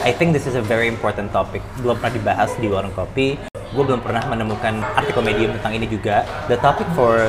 I think this is a very important topic. Belum pernah dibahas di warung kopi. Gue belum pernah menemukan artikel Medium tentang ini juga. The topic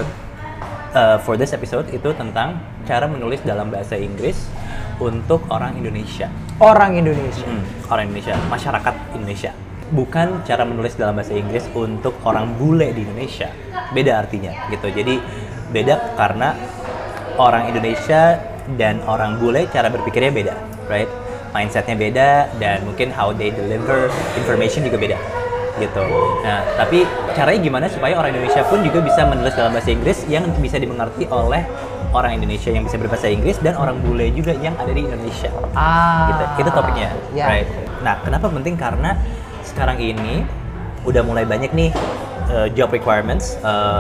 for this episode itu tentang cara menulis dalam bahasa Inggris untuk orang Indonesia. Orang Indonesia. Orang Indonesia, masyarakat Indonesia. Bukan cara menulis dalam bahasa Inggris untuk orang bule di Indonesia. Beda artinya gitu. Jadi beda karena orang Indonesia dan orang bule cara berpikirnya beda, right? Mindsetnya beda dan mungkin how they deliver information juga beda gitu. Nah, tapi caranya gimana supaya orang Indonesia pun juga bisa menulis dalam bahasa Inggris yang bisa dimengerti oleh orang Indonesia yang bisa berbahasa Inggris dan orang bule juga yang ada di Indonesia. Gitu. Itu topiknya, right? Nah, kenapa penting? Karena sekarang ini udah mulai banyak nih job requirements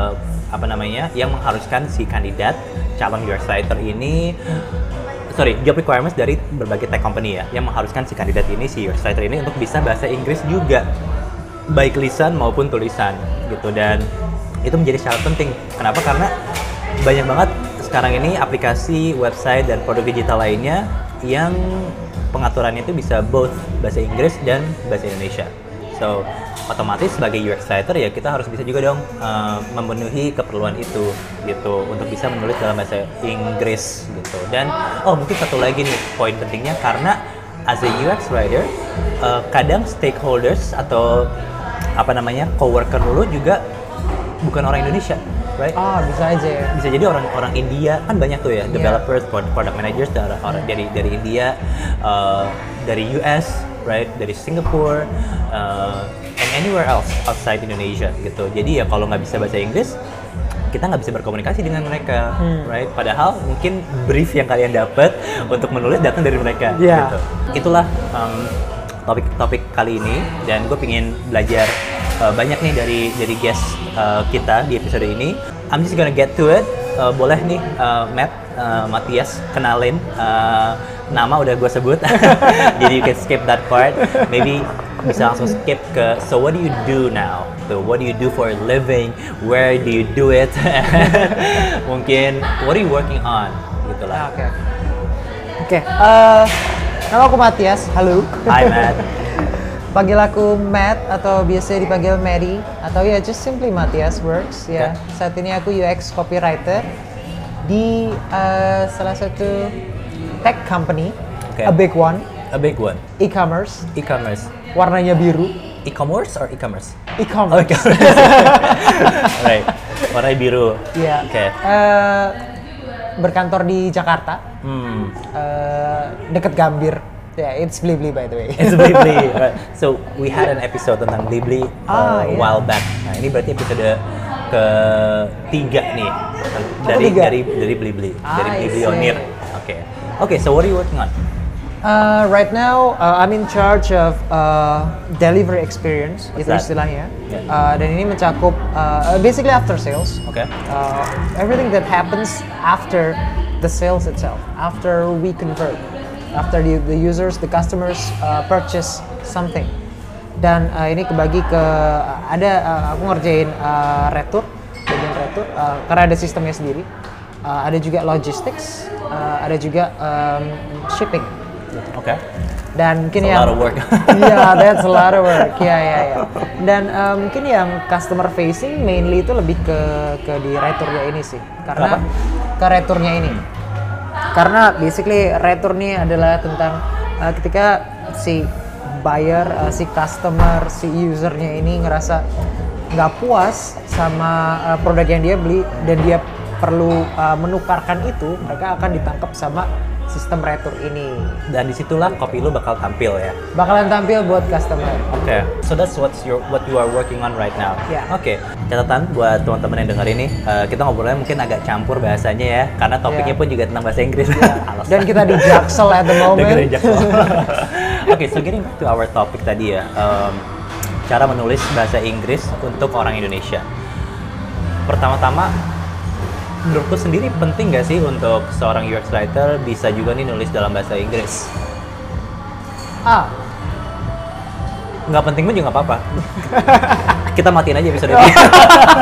yang mengharuskan si kandidat calon UX writer ini job requirements dari berbagai tech company ya yang mengharuskan si kandidat ini, si UX writer ini untuk bisa bahasa Inggris juga baik lisan maupun tulisan gitu, dan itu menjadi syarat penting. Kenapa? Karena banyak banget sekarang ini aplikasi, website, dan produk digital lainnya yang pengaturannya itu bisa both bahasa Inggris dan bahasa Indonesia. So, otomatis sebagai UX writer ya kita harus bisa juga dong memenuhi keperluan itu gitu untuk bisa menulis dalam bahasa Inggris gitu. Dan mungkin satu lagi nih poin pentingnya, karena as a UX writer kadang stakeholders atau coworker dulu juga bukan orang Indonesia, right? Bisa aja ya. Bisa jadi orang India, kan banyak tuh ya, developers, product managers dari India, dari US, right? Dari Singapore, and anywhere else outside Indonesia gitu. Jadi ya kalau nggak bisa bahasa Inggris, kita nggak bisa berkomunikasi dengan mereka, right? Padahal mungkin brief yang kalian dapat untuk menulis datang dari mereka, gitu. Itulah topik kali ini, dan gue pengen belajar banyak nih dari guest kita di episode ini. I'm just gonna get to it. Boleh nih Matias kenalin, nama udah gue sebut, jadi you can skip that part. Maybe bisa langsung skip ke so what do you do now? So what do you do for a living? Where do you do it? Mungkin what are you working on? Gitulah. Oke. Nama aku Matias. Halo. Hi Matt. Panggil aku Matt atau biasa dipanggil Mary atau ya just simply Matias works ya. Saat ini aku UX copywriter di salah satu tech company, a big one. E-commerce. Warnanya biru. E-commerce or e-commerce? E-commerce. Right. Warnanya biru. Iya. Berkantor di Jakarta. Deket Gambir. It's Blibli by the way. It's Blibli. Right. So we had an episode tentang Blibli a while back. Nah, ini berarti episode ketiga nih dari Blibli, dari Bliblionir. Okay, so what are you working on? Right now, I'm in charge of delivery experience, itu istilahnya. Dan ini mencakup basically after sales. Everything that happens after the sales itself, after we convert, after the users, the customers purchase something. Dan ini kebagi ke aku ngerjain bagian retur, karena ada sistemnya sendiri. Ada juga logistics, ada juga shipping. Dan mungkin that's a lot of work. That's a lot of work. Dan mungkin yang customer facing mainly itu lebih ke di returnya ini sih. Karena ke returnya ini. Karena basically retur ini adalah tentang ketika si buyer, si customer, si usernya ini ngerasa nggak puas sama produk yang dia beli dan dia perlu menukarkan itu, mereka akan ditangkap sama sistem retur ini. Dan disitulah kopi lu bakal tampil ya? Bakalan tampil buat customer. So that's what you are working on right now. Catatan buat teman-teman yang denger ini, kita ngobrolnya mungkin agak campur bahasanya ya, karena topiknya pun juga tentang bahasa Inggris. Dan kita di Jaksel at the moment. So getting back to our topic tadi ya, cara menulis bahasa Inggris untuk orang Indonesia. Pertama-tama, menurutku sendiri penting nggak sih untuk seorang UX writer bisa juga nih nulis dalam bahasa Inggris? Nggak penting pun juga nggak apa-apa. Kita matiin aja episode ini.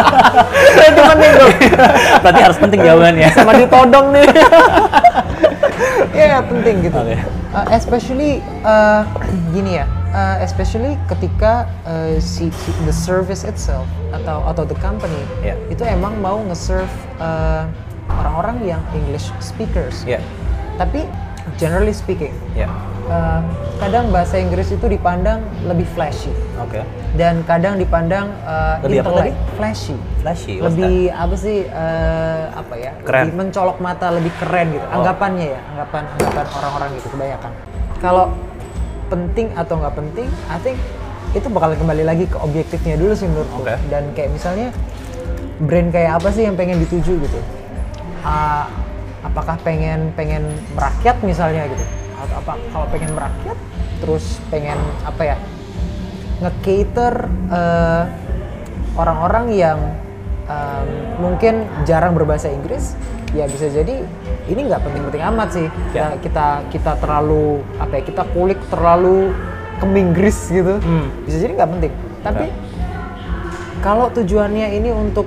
Itu penting dong. Berarti harus penting jawabannya. Sama ditodong nih. Ya penting gitu. Oke. Especially gini ya, especially ketika the service itself atau the company Yeah. itu emang mau nge-serve orang-orang yang English speakers. Ya. Tapi generally speaking, Ya. kadang bahasa Inggris itu dipandang lebih flashy Oke. dan kadang dipandang Lebih apa intelek- tadi? flashy. Flashy. what's Lebih apa sih apa ya? Keren. Lebih mencolok mata, lebih keren gitu. Anggapannya ya, anggapan orang-orang gitu kebanyakan. Kalau penting atau nggak penting, I think itu bakal kembali lagi ke objektifnya dulu sih menurutku. Oke. Dan kayak misalnya brand kayak apa sih yang pengen dituju gitu? Apakah pengen merakyat misalnya gitu? Atau apa kalau pengen merakyat terus pengen apa ya? Nge-cater orang-orang yang mungkin jarang berbahasa Inggris, ya bisa jadi ini nggak penting-penting amat sih. Ya. Kita terlalu apa ya? Kita kulik terlalu ke Inggris gitu. Bisa jadi nggak penting. Tapi kalau tujuannya ini untuk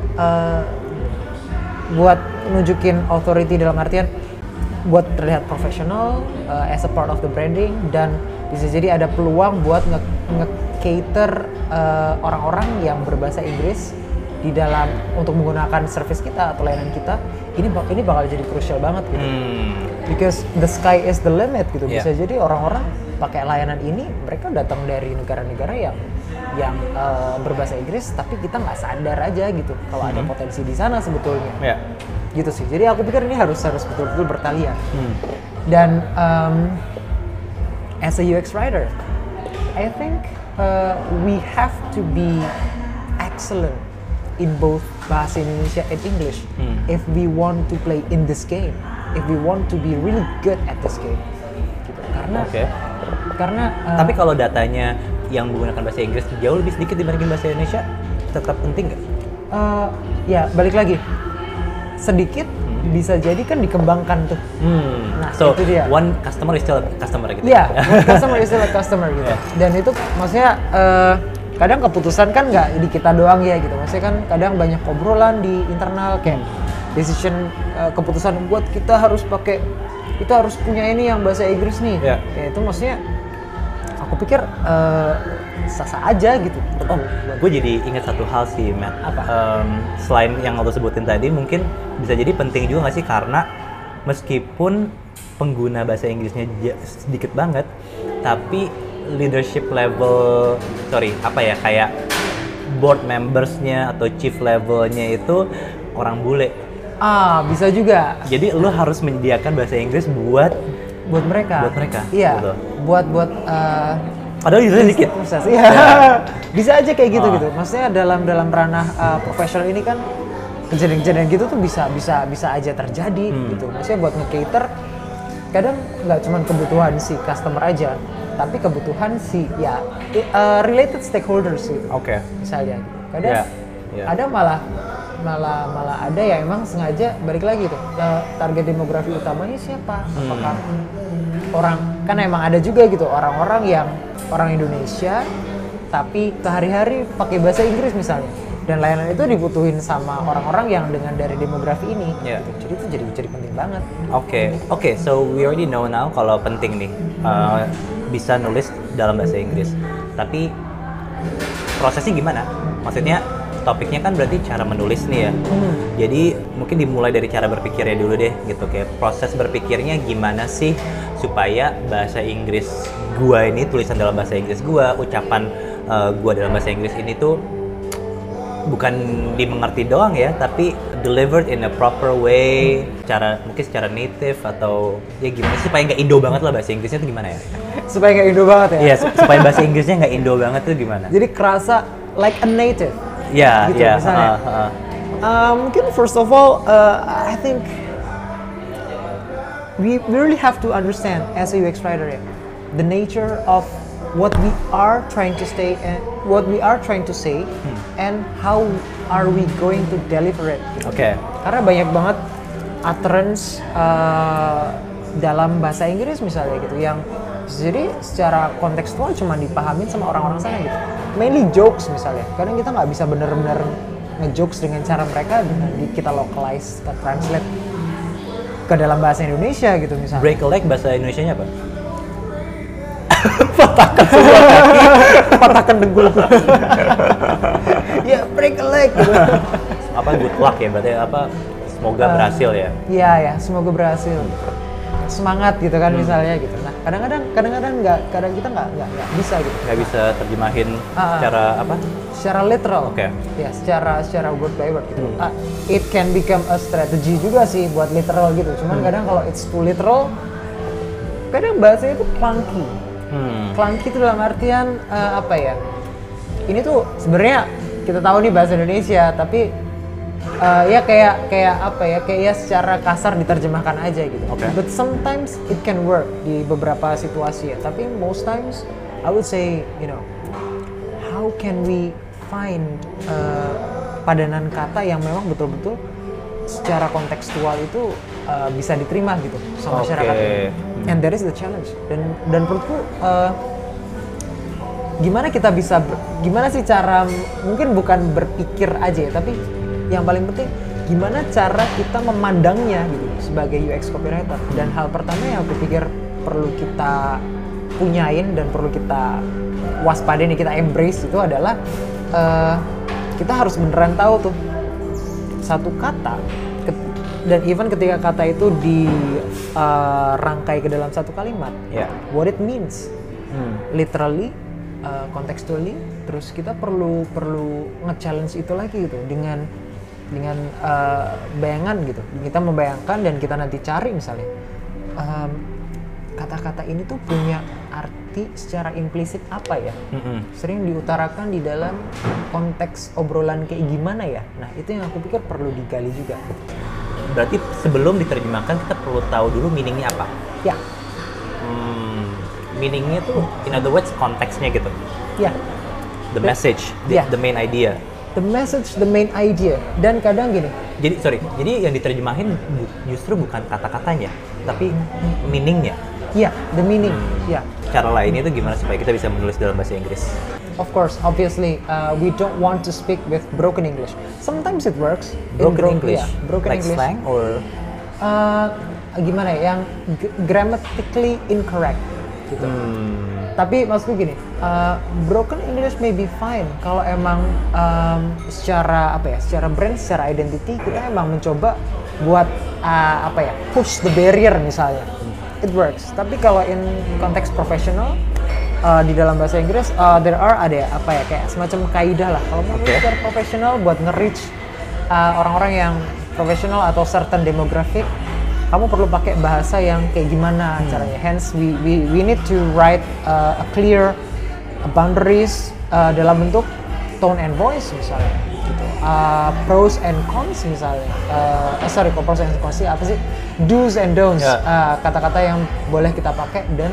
buat nunjukin authority dalam artian buat terlihat profesional as a part of the branding, dan bisa jadi ada peluang buat nge-cater orang-orang yang berbahasa Inggris di dalam untuk menggunakan service kita atau layanan kita, ini bakal jadi crucial banget gitu. Because the sky is the limit gitu. Yeah. Bisa jadi orang-orang pakai layanan ini mereka datang dari negara-negara yang berbahasa Inggris, tapi kita nggak sadar aja gitu kalau ada potensi di sana sebetulnya. Ya. Gitu sih. Jadi aku pikir ini harus betul-betul bertalian. Dan as a UX writer, I think we have to be excellent in both bahasa Indonesia and English if we want to play in this game, if we want to be really good at this game. Gitu. Karena Tapi kalau datanya yang menggunakan bahasa Inggris jauh lebih sedikit dibandingin bahasa Indonesia, tetap penting nggak? ya balik lagi sedikit bisa jadi kan dikembangkan tuh. Nah, So itu dia. one customer is still a customer gitu. Iya, customer is still a customer gitu. Dan itu maksudnya kadang keputusan kan nggak di kita doang ya gitu. Maksudnya kan kadang banyak obrolan di internal kayak decision keputusan buat kita harus punya ini yang bahasa Inggris nih. Iya. Ya itu maksudnya aku pikir sah-sah aja gitu. Oh, gue jadi ingat satu hal sih, Matt. Apa? Selain yang lo sebutin tadi, mungkin bisa jadi penting juga nggak sih, karena meskipun pengguna bahasa Inggrisnya sedikit banget, tapi leadership level, kayak board membersnya atau chief levelnya itu orang bule. Bisa juga. Jadi lo harus menyediakan bahasa Inggris buat Buat mereka. Iya. Gitu. Buat Padahal itu sedikit. proses. Iya. Bisa aja kayak gitu gitu. Maksudnya dalam ranah profesional ini kan kejadian-kejadian gitu tuh bisa aja terjadi gitu. Maksudnya buat nge-cater kadang nggak cuma kebutuhan si customer aja, tapi kebutuhan si related stakeholders gitu. Oke. Misalnya gitu. Kadang Yeah. ada malah ada yang emang sengaja balik lagi tuh target demografi utamanya siapa? Apakah orang, kan emang ada juga gitu orang-orang yang orang Indonesia tapi sehari-hari pakai bahasa Inggris misalnya, dan layanan itu dibutuhin sama orang-orang yang dengan dari demografi ini. Yeah. Gitu. Jadi itu jadi penting banget. Oke, so we already know now kalau penting nih bisa nulis dalam bahasa Inggris. Tapi prosesnya gimana? Maksudnya topiknya kan berarti cara menulis nih ya. Jadi mungkin dimulai dari cara berpikirnya dulu deh gitu, kayak proses berpikirnya gimana sih supaya bahasa Inggris gua ini, tulisan dalam bahasa Inggris gua, ucapan gua dalam bahasa Inggris ini tuh bukan dimengerti doang ya, tapi delivered in a proper way, mungkin secara native, atau ya gimana sih supaya nggak Indo banget lah bahasa Inggrisnya tuh gimana ya? Supaya nggak Indo banget ya. Iya, supaya bahasa Inggrisnya nggak Indo banget tuh gimana? Jadi kerasa like a native. Iya, gitu, iya. misalnya. Mungkin first of all, I think we really have to understand as a UX writer ya, the nature of what we are trying to say and how are we going to deliver it. Gitu. Oke. Karena banyak banget utterance dalam bahasa Inggris misalnya gitu yang jadi secara kontekstual cuma dipahamin sama orang-orang sana gitu. Mainly jokes misalnya. Kadang kita nggak bisa bener-bener nge-jokes dengan cara mereka dengan kita localize, kita translate. ke dalam bahasa Indonesia gitu misalnya. Break a leg bahasa Indonesianya apa? Patahkan sebuah kaki. Patahkan dengkul. Ya, break a leg gitu. Apa good luck ya berarti apa? Semoga berhasil ya. Iya ya, semoga berhasil. Semangat gitu kan misalnya gitu. Nah, kadang-kadang kadang kita nggak bisa gitu. Nggak bisa terjemahin secara apa? Secara literal. Oke. Ya, secara word by word gitu. It can become a strategy juga sih buat literal gitu. Cuman kadang kalau it's too literal, kadang bahasanya itu clunky. Clunky itu dalam artian apa ya? Ini tuh sebenarnya kita tahu nih bahasa Indonesia, tapi ya kayak apa ya? Kayak ya secara kasar diterjemahkan aja gitu. Okay. But sometimes it can work di beberapa situasi ya. Tapi most times I would say, you know, how can we find padanan kata yang memang betul-betul secara kontekstual itu bisa diterima gitu sama masyarakat. And that is the challenge. Dan menurutku gimana sih cara, mungkin bukan berpikir aja ya, tapi yang paling penting gimana cara kita memandangnya gitu sebagai UX copywriter. Dan hal pertama yang aku pikir perlu kita punyain dan perlu kita waspadain, kita embrace itu adalah kita harus beneran tahu tuh satu kata, dan even ketika kata itu dirangkai ke dalam satu kalimat, what it means, literally, contextually, terus kita perlu nge-challenge itu lagi gitu dengan bayangan gitu. Kita membayangkan dan kita nanti cari misalnya kata-kata ini tuh punya arti secara implisit apa ya? Sering diutarakan di dalam konteks obrolan kayak gimana ya? Nah, itu yang aku pikir perlu digali juga. Berarti sebelum diterjemahkan kita perlu tahu dulu meaningnya apa? Ya. Meaningnya tuh, in other words, konteksnya gitu. Ya. The message, the main idea. The message, the main idea. Dan kadang gini. Jadi yang diterjemahin justru bukan kata-katanya, tapi meaningnya. Iya, the meaning. Ya. Cara lainnya itu gimana supaya kita bisa menulis dalam bahasa Inggris? Of course, obviously, we don't want to speak with broken English. Sometimes it works. Broken English? Yeah, broken like English. Slang or? Gimana ya, yang grammatically incorrect gitu. Tapi maksudku gini, broken English may be fine kalau emang secara brand, secara identity kita emang mencoba buat push the barrier misalnya. It works. Tapi kalau in konteks profesional, di dalam bahasa Inggris ada kayak semacam kaidah lah. Kalau mau secara profesional buat nge-reach orang-orang yang profesional atau certain demographic, kamu perlu pakai bahasa yang kayak gimana caranya. Hence we need to write a clear boundaries dalam bentuk tone and voice misalnya gitu. Pros and cons misalnya. Pros and cons apa sih? Do's and don'ts. Kata-kata yang boleh kita pakai dan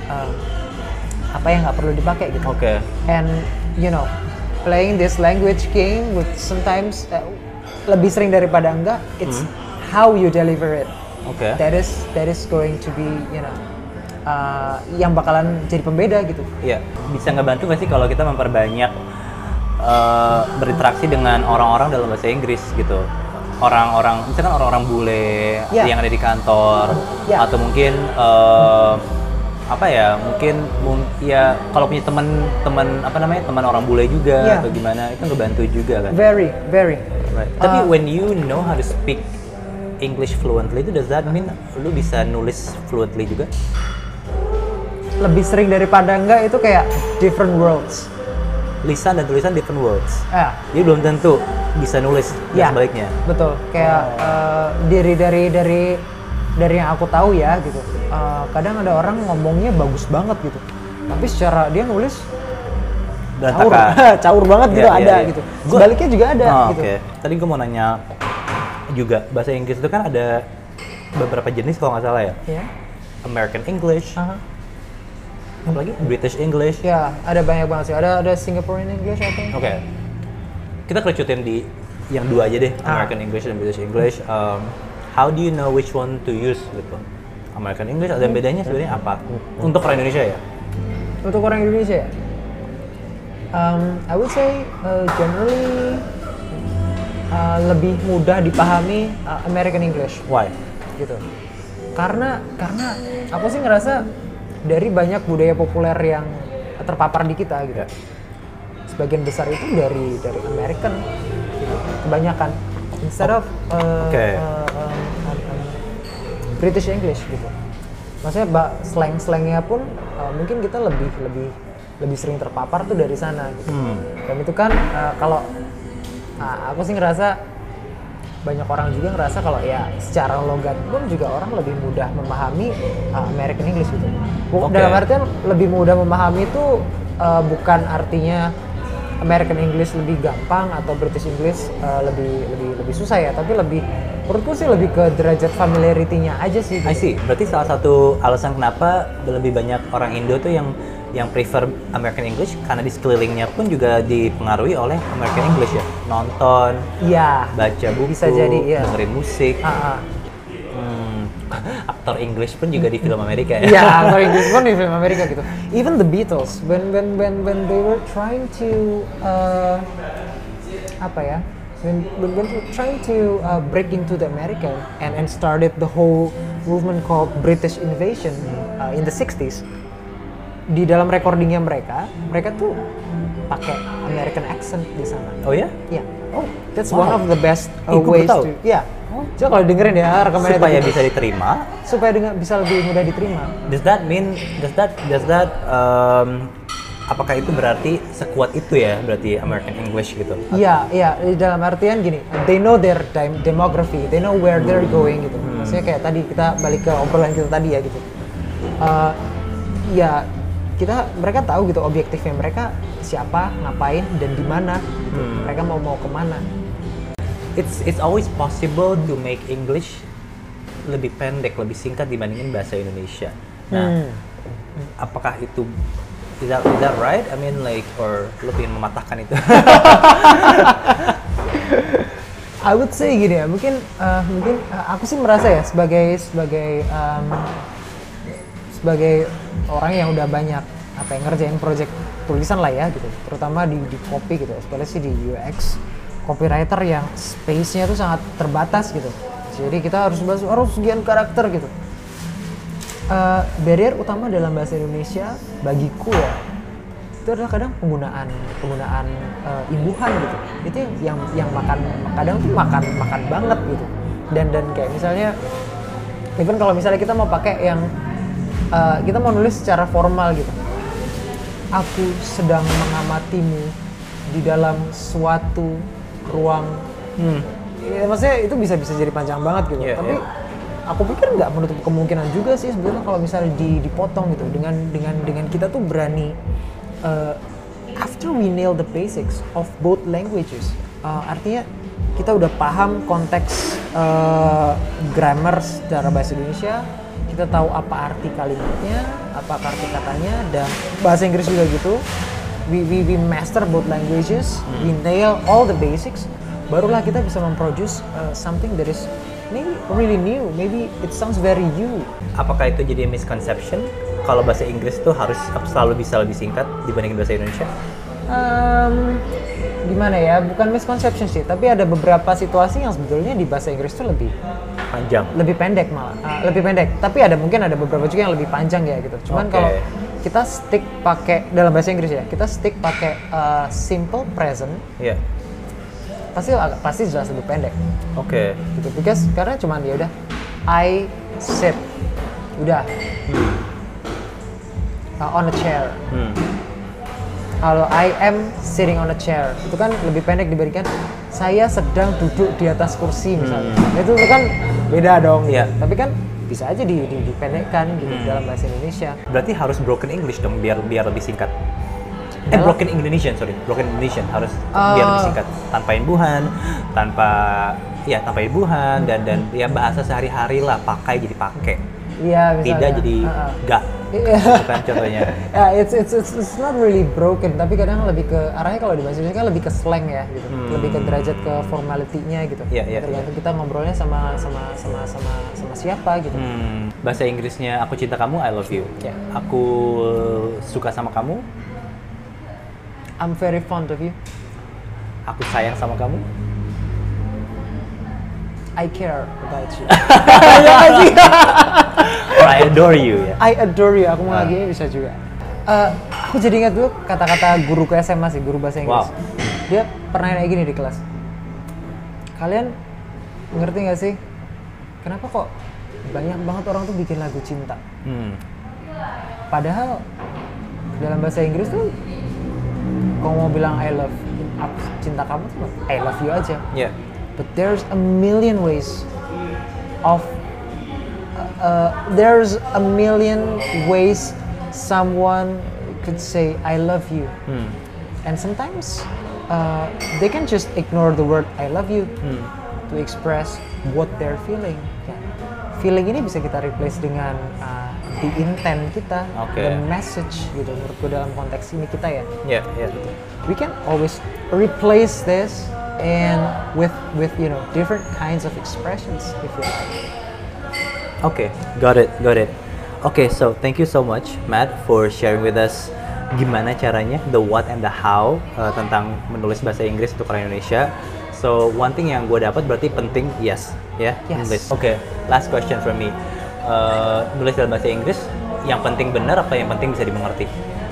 apa yang nggak perlu dipakai gitu. And you know, playing this language game with sometimes lebih sering daripada enggak, it's how you deliver it. That is going to be, you know, yang bakalan jadi pembeda gitu. Iya, bisa ngebantu nggak sih kalau kita memperbanyak berinteraksi dengan orang-orang dalam bahasa Inggris gitu? Misalkan orang-orang bule yang ada di kantor, atau mungkin kalau punya teman orang bule juga atau gimana, itu ngebantu juga kan? Very. Right. Tapi when you know how to speak English fluently, itu does that mean lu bisa nulis fluently juga? Lebih sering daripada enggak, itu kayak different worlds. Lisan dan tulisan different words. Jadi belum tentu bisa nulis dan sebaliknya. Betul. Kayak dari yang aku tahu ya gitu. Kadang ada orang ngomongnya bagus banget gitu, tapi secara dia nulis caur banget gitu, gitu. Sebaliknya juga ada gitu. Tadi gue mau nanya juga, bahasa Inggris itu kan ada beberapa jenis kalau nggak salah ya. American English. Apalagi British English. Ya, ada banyak banget sih. Ada Singaporean English apa? Kita kerucutin di yang dua aja deh, American English dan British English. How do you know which one to use gitu? American English, ada bedanya sebenarnya apa? Untuk orang Indonesia ya? Untuk orang Indonesia ya? I would say generally lebih mudah dipahami American English. Why? gitu. Karena aku sih ngerasa dari banyak budaya populer yang terpapar di kita gitu. Sebagian besar itu dari American gitu, kebanyakan instead of British English gitu. Maksudnya slang-slangnya pun mungkin kita lebih sering terpapar tuh dari sana gitu. Dan itu kan kalau aku sih ngerasa banyak orang juga ngerasa kalau ya secara logat pun juga orang lebih mudah memahami American English gitu. Dalam artian lebih mudah memahami itu bukan artinya American English lebih gampang atau British English lebih susah ya, tapi menurutku sih lebih ke derajat familiarity-nya aja sih. Gitu. I see. Berarti salah satu alasan kenapa lebih banyak orang Indo tuh yang prefer American English karena di sekelilingnya pun juga dipengaruhi oleh American English ya. Nonton, baca buku, bisa jadi, dengerin musik. Aktor English pun juga di film Amerika ya. Iya, aktor Inggris pun di film Amerika gitu. Even the Beatles when they were trying to when trying to break into the American and started the whole movement called British Invasion in the 60s. Di dalam recordingnya mereka tuh pakai American accent di sana. Oh ya? Iya. Oh, that's one of the best ways to. Iya. Coba kalau dengerin ya rekamannya supaya bisa diterima. Supaya bisa lebih mudah diterima. Does that apakah itu berarti sekuat itu ya berarti American English gitu? Iya, dalam artian gini, they know their demography, they know where they're going gitu. Maksudnya kayak tadi kita balik ke obrolan kita tadi ya gitu. Mereka tahu gitu objektifnya mereka siapa, ngapain, dan di mana. Gitu. Mereka mau kemana. It's always possible to make English lebih pendek, lebih singkat dibandingin bahasa Indonesia. Nah, apakah itu is that right? I mean or lu pengen mematahkan itu? I would say gini ya, mungkin aku sih merasa ya sebagai orang yang udah banyak ngerjain project tulisan lah ya gitu, terutama di copy gitu, especially di UX copywriter yang space-nya tuh sangat terbatas gitu, jadi kita harus sekian karakter gitu. Barrier utama dalam bahasa Indonesia bagiku ya itu adalah kadang penggunaan imbuhan gitu, itu yang kadang tuh makan banget gitu, dan kayak misalnya even kalau misalnya kita mau pakai yang kita mau nulis secara formal gitu, aku sedang mengamatimu di dalam suatu ruang, ya, maksudnya itu bisa jadi panjang banget gitu, tapi aku pikir nggak menutup kemungkinan juga sih sebenarnya kalau misalnya dipotong gitu dengan kita tuh berani after we nail the basics of both languages, artinya kita udah paham konteks grammar secara bahasa Indonesia, kita tahu apa arti kalimatnya, apa arti katanya, dan bahasa Inggris juga gitu. We master both languages, we nail all the basics, barulah kita bisa memproduce something that is maybe really new, maybe it sounds very you. Apakah itu jadi misconception kalau bahasa Inggris tuh harus selalu bisa lebih singkat dibandingin bahasa Indonesia? Gimana ya, bukan misconception sih, tapi ada beberapa situasi yang sebetulnya di bahasa Inggris tuh lebih panjang, lebih pendek malah, lebih pendek. Tapi mungkin ada beberapa juga yang lebih panjang ya gitu. Cuman kalau kita stick pakai dalam bahasa Inggris ya, kita stick pakai simple present, pasti jelas lebih pendek. Gitu, because karena cuman ya udah, I sit, udah, on a chair. Kalau I am sitting on a chair, itu kan lebih pendek dibandingkan saya sedang duduk di atas kursi misalnya. Itu kan beda dong. Tapi kan bisa aja dipendekkan gitu dalam bahasa Indonesia. Berarti harus broken English dong biar lebih singkat. Broken Indonesian harus biar lebih singkat, tanpa imbuhan, tanpa imbuhan dan ya bahasa sehari-hari lah, pakai jadi pakai. Iya, misalnya. Tidak jadi gak. Bukan contohnya. It's not really broken, tapi kadang lebih ke arahnya kalau di bahasa Indonesia kan lebih ke slang ya gitu. Lebih ke derajat ke formality-nya gitu. Tergantung kita ngobrolnya sama siapa gitu. Bahasa Inggrisnya aku cinta kamu, I love you. Aku suka sama kamu, I'm very fond of you. Aku sayang sama kamu, I care about you. Ya nggak sih? Or I adore you ya. I adore you. Aku mau lagi bisa juga. Aku jadi ingat dulu kata-kata guruku SMA sih, guru bahasa Inggris. Wow. Dia pernah nanya gini di kelas. Kalian ngerti nggak sih? Kenapa kok banyak banget orang tuh bikin lagu cinta? Padahal dalam bahasa Inggris tuh kalau mau bilang I love cinta kamu tuh I love you aja. Yeah. But there's a million ways of someone could say I love you. And sometimes they can just ignore the word I love you to express what they're feeling. Feeling ini bisa kita replace dengan the intent kita, the message gitu. Menurutku dalam konteks ini kita ya. Yeah, yeah. We can always replace this and with different kinds of expressions if you like. Okay, got it. Okay, so thank you so much, Matt, for sharing with us gimana caranya, the what and the how tentang menulis bahasa Inggris untuk orang Indonesia. So one thing yang gue dapat berarti penting, yes. Nulis. Okay, last question from me. Nulis dalam bahasa Inggris, yang penting benar apa yang penting bisa dimengerti?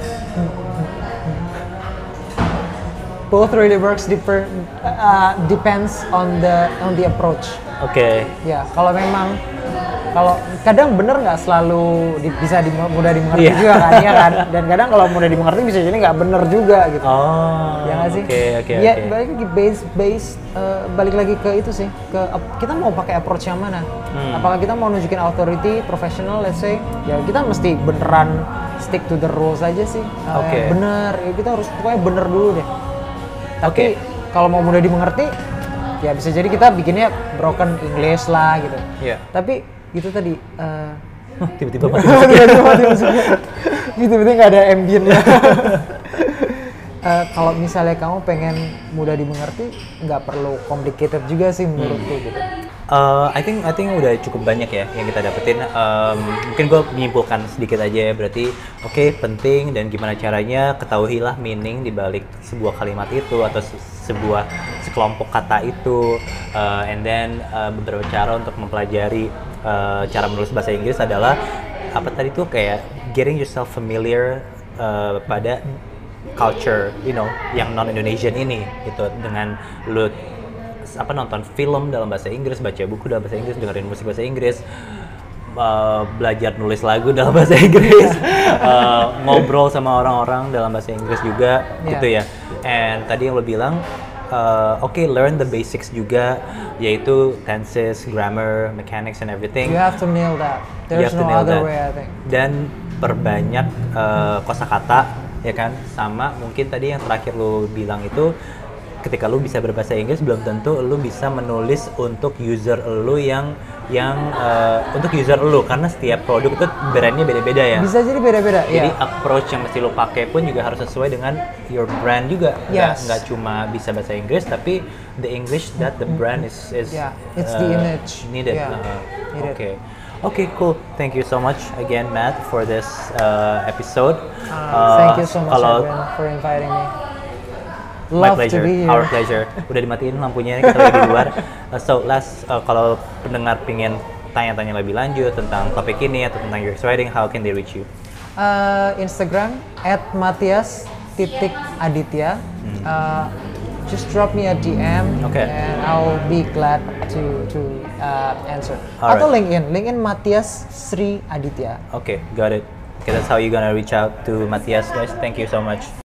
Both really works depends on the approach. Okay. Ya, kalau kadang bener nggak selalu bisa mudah dimengerti juga kan, ya kan. Dan kadang kalau mudah dimengerti bisa jadi nggak bener juga gitu. Oh. Ya nggak sih? Okay. Ya balik lagi balik lagi ke itu sih, ke kita mau pakai approach yang mana? Apakah kita mau nunjukin authority, professional, let's say, ya kita mesti beneran stick to the rules aja sih. Bener, ya kita harus pokoknya bener dulu deh. Tapi kalau mau mudah dimengerti, ya bisa jadi kita bikinnya broken English lah gitu. Yeah. Tapi itu tadi tiba-tiba mati tiba-tiba nggak ada ambientnya. Kalau misalnya kamu pengen mudah dimengerti, nggak perlu complicated juga sih menurutku gitu. I think udah cukup banyak ya yang kita dapetin. Mungkin gue menyimpulkan sedikit aja ya, berarti penting dan gimana caranya ketahuilah meaning di balik sebuah kalimat itu atau sekelompok kata itu, and then beberapa cara untuk mempelajari cara menulis bahasa Inggris adalah apa tadi tuh, kayak getting yourself familiar pada culture, yang non-Indonesian ini gitu, dengan lu nonton film dalam bahasa Inggris, baca buku dalam bahasa Inggris, dengerin musik bahasa Inggris, belajar nulis lagu dalam bahasa Inggris, ngobrol sama orang-orang dalam bahasa Inggris juga, gitu ya. And tadi yang lo bilang, learn the basics juga, yaitu tenses, grammar, mechanics, and everything. You have to nail that. There's no other way, I think. Dan perbanyak kosakata, ya kan? Sama mungkin tadi yang terakhir lo bilang itu, ketika lu bisa berbahasa Inggris belum tentu lu bisa menulis untuk user lu yang untuk user lu, karena setiap produk itu brandnya beda-beda ya. Bisa jadi beda-beda. Jadi approach yang mesti lu pakai pun juga harus sesuai dengan your brand juga. Nggak cuma bisa bahasa Inggris, tapi the English that the brand is it's the image needed. Okay, cool. Thank you so much again, Matt, for this episode. Thank you so much, Edwin, for inviting me. My pleasure, our pleasure. Udah dimatiin lampunya, kita lagi di luar. So last, kalau pendengar pingin tanya-tanya lebih lanjut tentang topik ini atau tentang UX writing, how can they reach you? Instagram @matias_aditya. Just drop me a DM, and I'll be glad to answer. Atau LinkedIn Matias Sri Aditya. Okay, got it. Okay, that's how you're gonna reach out to Matias, guys. Thank you so much.